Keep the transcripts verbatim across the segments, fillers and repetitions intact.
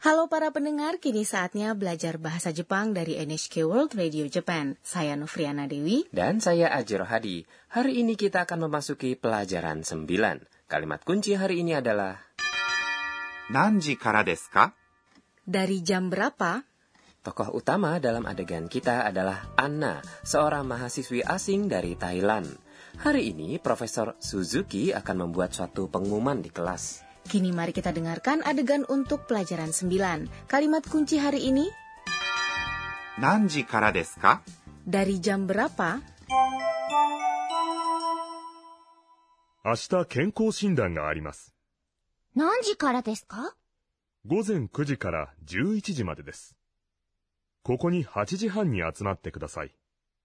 Halo para pendengar, kini saatnya belajar bahasa Jepang dari N H K World Radio Japan. Saya Novriana Dewi. Dan saya Ajiro Hadi. Hari ini kita akan memasuki pelajaran sembilan. Kalimat kunci hari ini adalah Nanji kara desu ka? Dari jam berapa? Tokoh utama dalam adegan kita adalah Anna, seorang mahasiswi asing dari Thailand. Hari ini Profesor Suzuki akan membuat suatu pengumuman di kelas. Kini mari kita dengarkan adegan untuk pelajaran sembilan. Kalimat kunci hari ini, Nanji kara desu ka? dari jam berapa? 明日健康診断があります。 何時からですか？ 午前くじからじゅういちじまでです。ここにはちじはんに集まってください。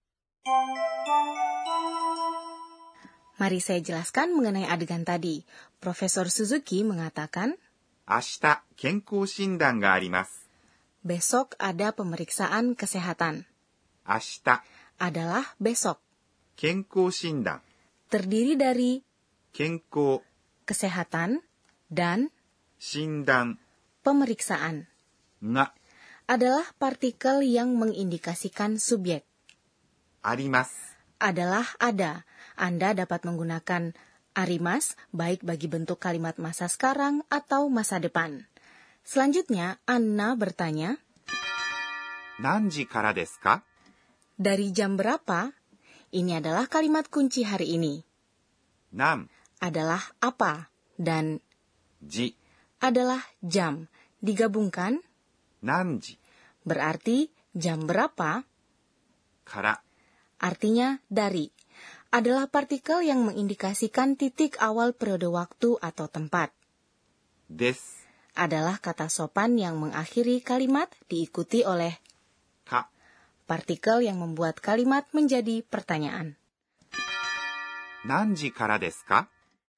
Mari saya jelaskan mengenai adegan tadi. Profesor Suzuki mengatakan, 明日、健康診断があります。 besok ada pemeriksaan kesehatan. 明日、 Adalah besok. 健康診断、 Terdiri dari 健康、 kesehatan dan 診断 pemeriksaan. が Adalah partikel yang mengindikasikan subjek. あります。 Adalah ada. Anda dapat menggunakan arimas baik bagi bentuk kalimat masa sekarang atau masa depan. Selanjutnya, Anna bertanya, 何時からですか? dari jam berapa? Ini adalah kalimat kunci hari ini. 何 Adalah apa dan 時 adalah jam. Digabungkan 何時 berarti jam berapa, から artinya dari. Adalah partikel yang mengindikasikan titik awal periode waktu atau tempat. です Adalah kata sopan yang mengakhiri kalimat diikuti oleh か partikel yang membuat kalimat menjadi pertanyaan. 何時からですか?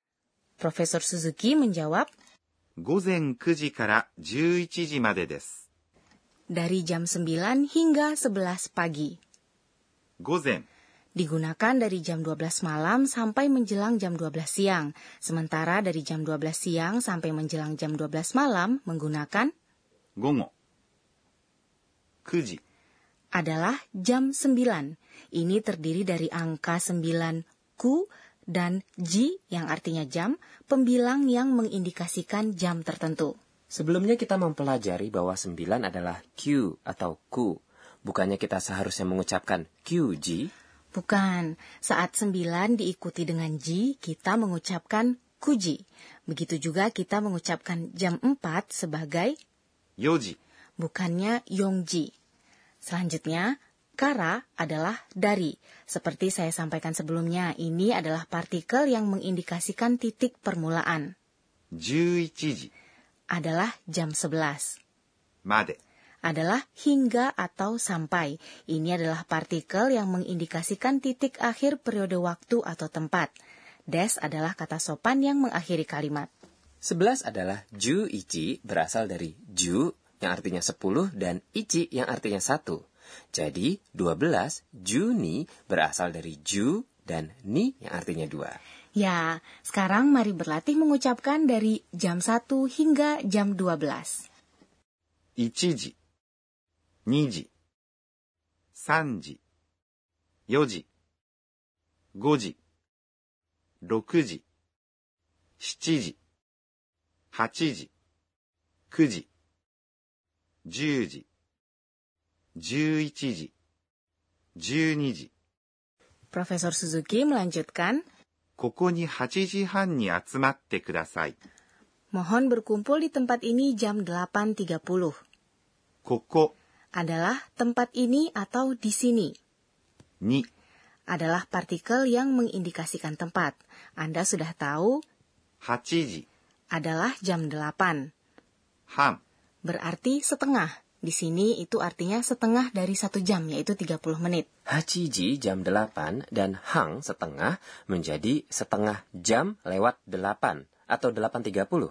Profesor Suzuki menjawab, 午前くじからじゅういちじまでです。 dari jam sembilan hingga sebelas pagi. 午前 Digunakan dari jam dua belas malam sampai menjelang jam dua belas siang. Sementara dari jam dua belas siang sampai menjelang jam dua belas malam menggunakan 午後くじ adalah jam sembilan. Ini terdiri dari angka sembilan ku dan ji yang artinya jam, pembilang yang mengindikasikan jam tertentu. Sebelumnya kita mempelajari bahwa sembilan adalah Q atau ku. Bukannya kita seharusnya mengucapkan Q G? Bukan, saat sembilan diikuti dengan ji, kita mengucapkan kuji. Begitu juga kita mengucapkan jam empat sebagai よじ bukannya yongji. Selanjutnya, kara adalah dari. Seperti saya sampaikan sebelumnya, ini adalah partikel yang mengindikasikan titik permulaan. じゅういちじ Adalah jam sebelas. まで Adalah hingga atau sampai. Ini adalah partikel yang mengindikasikan titik akhir periode waktu atau tempat. Des adalah kata sopan yang mengakhiri kalimat. Sebelas adalah ju ichi, berasal dari ju yang artinya sepuluh dan ichi yang artinya satu. Jadi dua belas ju ni berasal dari ju dan ni yang artinya dua. Ya, sekarang mari berlatih mengucapkan dari jam satu hingga jam dua belas. いちじ、にじ、さんじ、よじ、ごじ、ろくじ、しちじ、はちじ、くじ、じゅうじ、じゅういちじ、じゅうにじ。 Profesor Suzuki melanjutkan, ここにはちじはんに集まってください。 mohon berkumpul di tempat ini jam delapan tiga puluh. ここ Adalah tempat ini atau di sini. に Adalah partikel yang mengindikasikan tempat. Anda sudah tahu はちじ adalah jam delapan. はん Berarti setengah. Di sini itu artinya setengah dari satu jam, yaitu tiga puluh menit. Hachiji jam delapan dan hang setengah menjadi setengah jam lewat delapan atau delapan tiga puluh.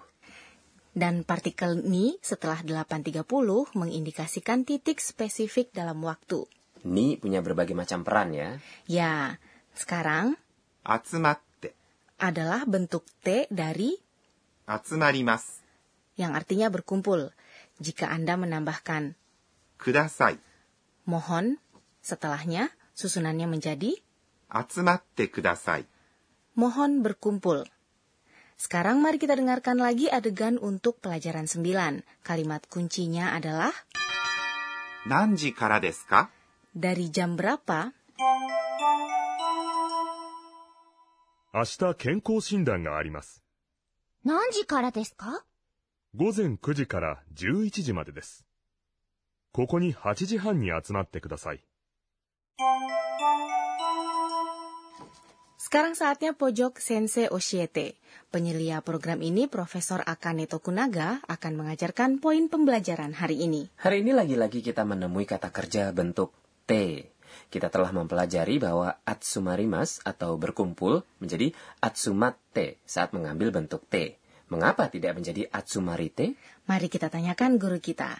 Dan partikel ni setelah delapan tiga puluh mengindikasikan titik spesifik dalam waktu. Ni punya berbagai macam peran ya. Ya, sekarang 集まって adalah bentuk T dari 集まります。 yang artinya berkumpul. Jika Anda menambahkan ください。 mohon, setelahnya susunannya menjadi 集まってください。 mohon berkumpul. Sekarang mari kita dengarkan lagi adegan untuk pelajaran sembilan. Kalimat kuncinya adalah 何時からですか？ dari jam berapa? 明日健康診断があります。 何時からですか？ 午前くじからじゅういちじまでです。ここにはちじはんに集まってください。 Sekarang saatnya pojok Sensei Oshiete. Penyelia program ini, Profesor Akane Tokunaga, akan mengajarkan poin pembelajaran hari ini. Hari ini lagi-lagi kita menemui kata kerja bentuk T. Kita telah mempelajari bahwa atsumarimas atau berkumpul menjadi atsumatte saat mengambil bentuk T. Mengapa tidak menjadi atsumarite? Mari kita tanyakan guru kita.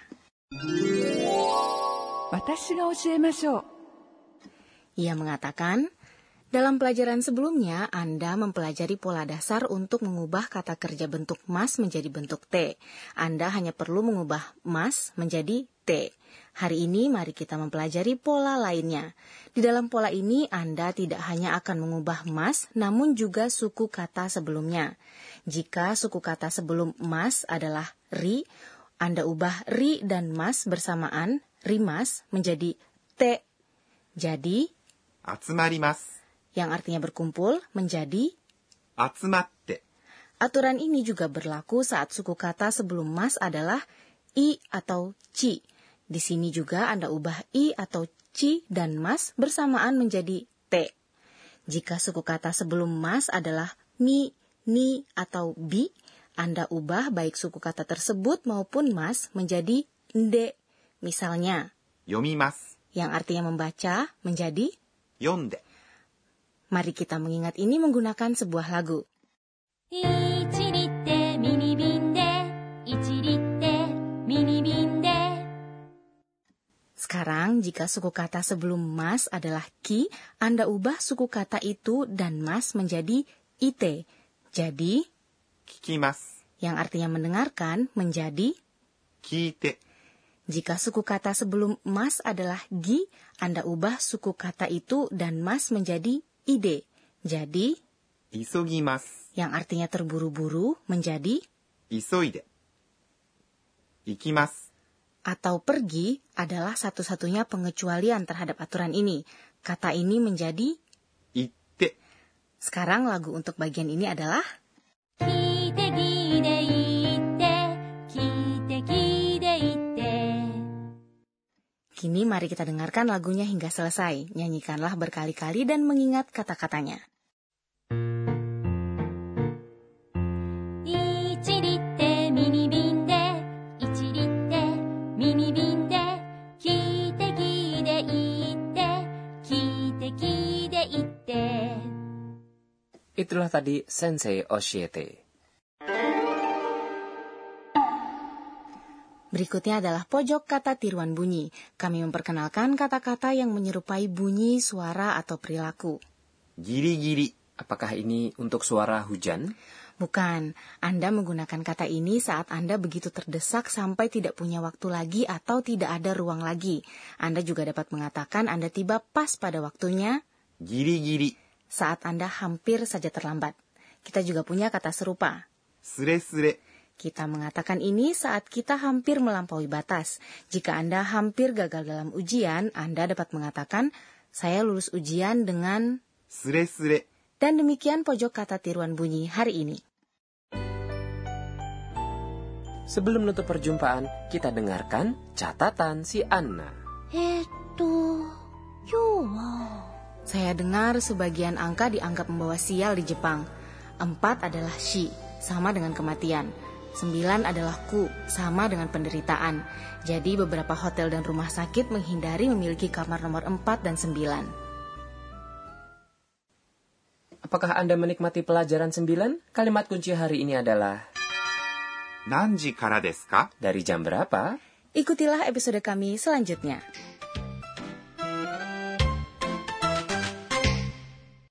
私が教えましょう。 Ia mengatakan, dalam pelajaran sebelumnya, Anda mempelajari pola dasar untuk mengubah kata kerja bentuk mas menjadi bentuk T. Anda hanya perlu mengubah mas menjadi T. Hari ini mari kita mempelajari pola lainnya. Di dalam pola ini, Anda tidak hanya akan mengubah mas, namun juga suku kata sebelumnya. Jika suku kata sebelum mas adalah ri, Anda ubah ri dan mas bersamaan, rimas, menjadi T. Jadi, 集まります。 yang artinya berkumpul, menjadi 集まって。 aturan ini juga berlaku saat suku kata sebelum mas adalah i atau ci. Di sini juga Anda ubah i atau ci dan mas bersamaan menjadi t. Jika suku kata sebelum mas adalah mi, ni, atau bi, Anda ubah baik suku kata tersebut maupun mas menjadi nde. Misalnya, 読みます。 yang artinya membaca menjadi 読んで。 Mari kita mengingat ini menggunakan sebuah lagu. いちリってミニ瓶で、いちリってミニ瓶で。 Sekarang, jika suku kata sebelum mas adalah ki, Anda ubah suku kata itu dan mas menjadi ite. Jadi, 聞きます。 yang artinya mendengarkan menjadi. 聞いて。 Jika suku kata sebelum mas adalah gi, Anda ubah suku kata itu dan mas menjadi ide. Jadi, 急ぎます。 yang artinya terburu-buru menjadi. 急いで。行きます。 Atau pergi adalah satu-satunya pengecualian terhadap aturan ini. Kata ini menjadi. 行って。 Sekarang lagu untuk bagian ini adalah. 聞いて聞いて言って、聞いて聞いて言って。 Kini mari kita dengarkan lagunya hingga selesai. Nyanyikanlah berkali-kali dan mengingat kata-katanya. いちリってミニ瓶で、いちリってミニ瓶で、聞いて聞いて言って、聞いて聞いて言って。 Itulah tadi Sensei Oshiete. Berikutnya adalah pojok kata tiruan bunyi. Kami memperkenalkan kata-kata yang menyerupai bunyi, suara, atau perilaku. ギリギリ。 Apakah ini untuk suara hujan? Bukan, Anda menggunakan kata ini saat Anda begitu terdesak sampai tidak punya waktu lagi atau tidak ada ruang lagi. Anda juga dapat mengatakan Anda tiba pas pada waktunya. ギリギリ。 Saat Anda hampir saja terlambat. Kita juga punya kata serupa. スレスレ。 Kita mengatakan ini saat kita hampir melampaui batas. Jika Anda hampir gagal dalam ujian, Anda dapat mengatakan, saya lulus ujian dengan. スレスレ。 Dan demikian pojok kata tiruan bunyi hari ini. Sebelum menutup perjumpaan, kita dengarkan catatan si Anna. えーっと、今日は。 Saya dengar sebagian angka dianggap membawa sial di Jepang. Empat adalah shi, sama dengan kematian. Sembilan adalah ku, sama dengan penderitaan. Jadi beberapa hotel dan rumah sakit menghindari memiliki kamar nomor empat dan sembilan. Apakah Anda menikmati pelajaran sembilan? Kalimat kunci hari ini adalah 何時からですか？ dari jam berapa? Ikutilah episode kami selanjutnya.